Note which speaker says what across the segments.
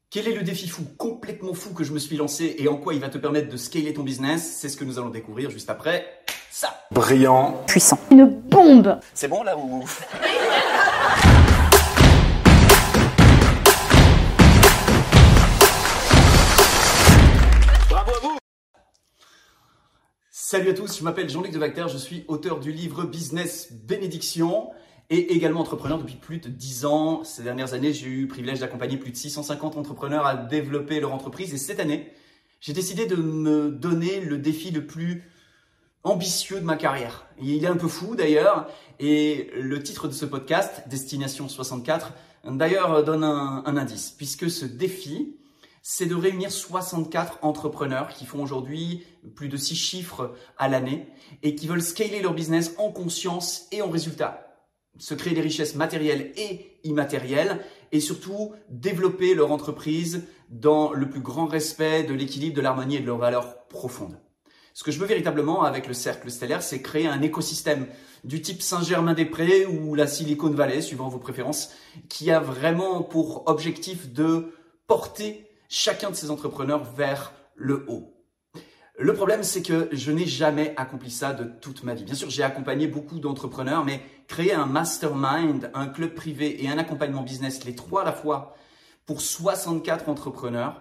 Speaker 1: Quel est le défi fou, complètement fou que je me suis lancé et en quoi il va te permettre de scaler ton business? C'est ce que nous allons découvrir juste après ça.
Speaker 2: Brillant.
Speaker 3: Puissant. Une bombe.
Speaker 2: C'est bon là ou... Bravo à vous.
Speaker 1: Salut à tous, je m'appelle Jean-Luc Devacter, je suis auteur du livre Business Bénédiction et également entrepreneur depuis plus de 10 ans. Ces dernières années, j'ai eu le privilège d'accompagner plus de 650 entrepreneurs à développer leur entreprise et cette année, j'ai décidé de me donner le défi le plus ambitieux de ma carrière. Il est un peu fou d'ailleurs et le titre de ce podcast, Destination 64, d'ailleurs donne un indice puisque ce défi, c'est de réunir 64 entrepreneurs qui font aujourd'hui plus de 6 chiffres à l'année et qui veulent scaler leur business en conscience et en résultat. Se créer des richesses matérielles et immatérielles et surtout développer leur entreprise dans le plus grand respect de l'équilibre, de l'harmonie et de leurs valeurs profondes. Ce que je veux véritablement avec le Cercle Stellaire, c'est créer un écosystème du type Saint-Germain-des-Prés ou la Silicon Valley, suivant vos préférences, qui a vraiment pour objectif de porter chacun de ces entrepreneurs vers le haut. Le problème, c'est que je n'ai jamais accompli ça de toute ma vie. Bien sûr, j'ai accompagné beaucoup d'entrepreneurs, mais créer un mastermind, un club privé et un accompagnement business, les trois à la fois, pour 64 entrepreneurs,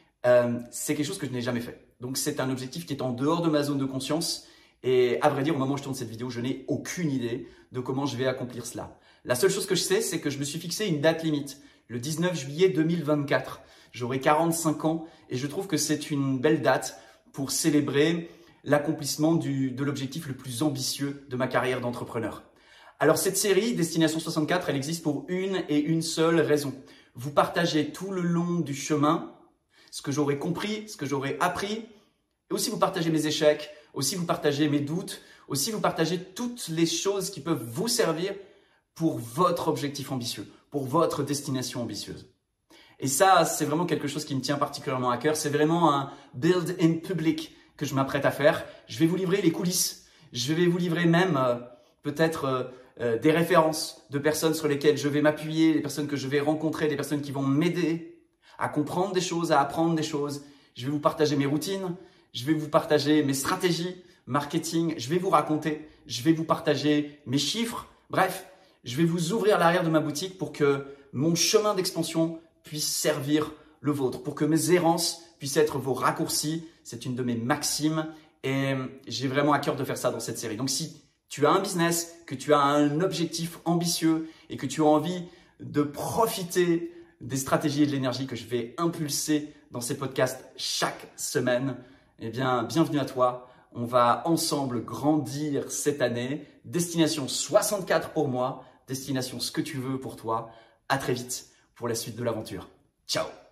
Speaker 1: c'est quelque chose que je n'ai jamais fait. Donc, c'est un objectif qui est en dehors de ma zone de conscience. Et à vrai dire, au moment où je tourne cette vidéo, je n'ai aucune idée de comment je vais accomplir cela. La seule chose que je sais, c'est que je me suis fixé une date limite, le 19 juillet 2024. J'aurai 45 ans et je trouve que c'est une belle date pour célébrer l'accomplissement de l'objectif le plus ambitieux de ma carrière d'entrepreneur. Alors cette série, Destination 64, elle existe pour une et une seule raison. Vous partagez tout le long du chemin ce que j'aurais compris, ce que j'aurais appris, et aussi vous partagez mes échecs, aussi vous partagez mes doutes, aussi vous partagez toutes les choses qui peuvent vous servir pour votre objectif ambitieux, pour votre destination ambitieuse. Et ça, c'est vraiment quelque chose qui me tient particulièrement à cœur. C'est vraiment un build in public que je m'apprête à faire. Je vais vous livrer les coulisses. Je vais vous livrer même peut-être des références de personnes sur lesquelles je vais m'appuyer, des personnes que je vais rencontrer, des personnes qui vont m'aider à comprendre des choses, à apprendre des choses. Je vais vous partager mes routines. Je vais vous partager mes stratégies marketing. Je vais vous raconter. Je vais vous partager mes chiffres. Bref, je vais vous ouvrir l'arrière de ma boutique pour que mon chemin d'expansion puisse servir le vôtre, pour que mes errances puissent être vos raccourcis. C'est une de mes maximes et j'ai vraiment à cœur de faire ça dans cette série. Donc si tu as un business, que tu as un objectif ambitieux et que tu as envie de profiter des stratégies et de l'énergie que je vais impulser dans ces podcasts chaque semaine, eh bien, bienvenue à toi. On va ensemble grandir cette année. Destination 64 pour moi, destination ce que tu veux pour toi. À très vite pour la suite de l'aventure. Ciao!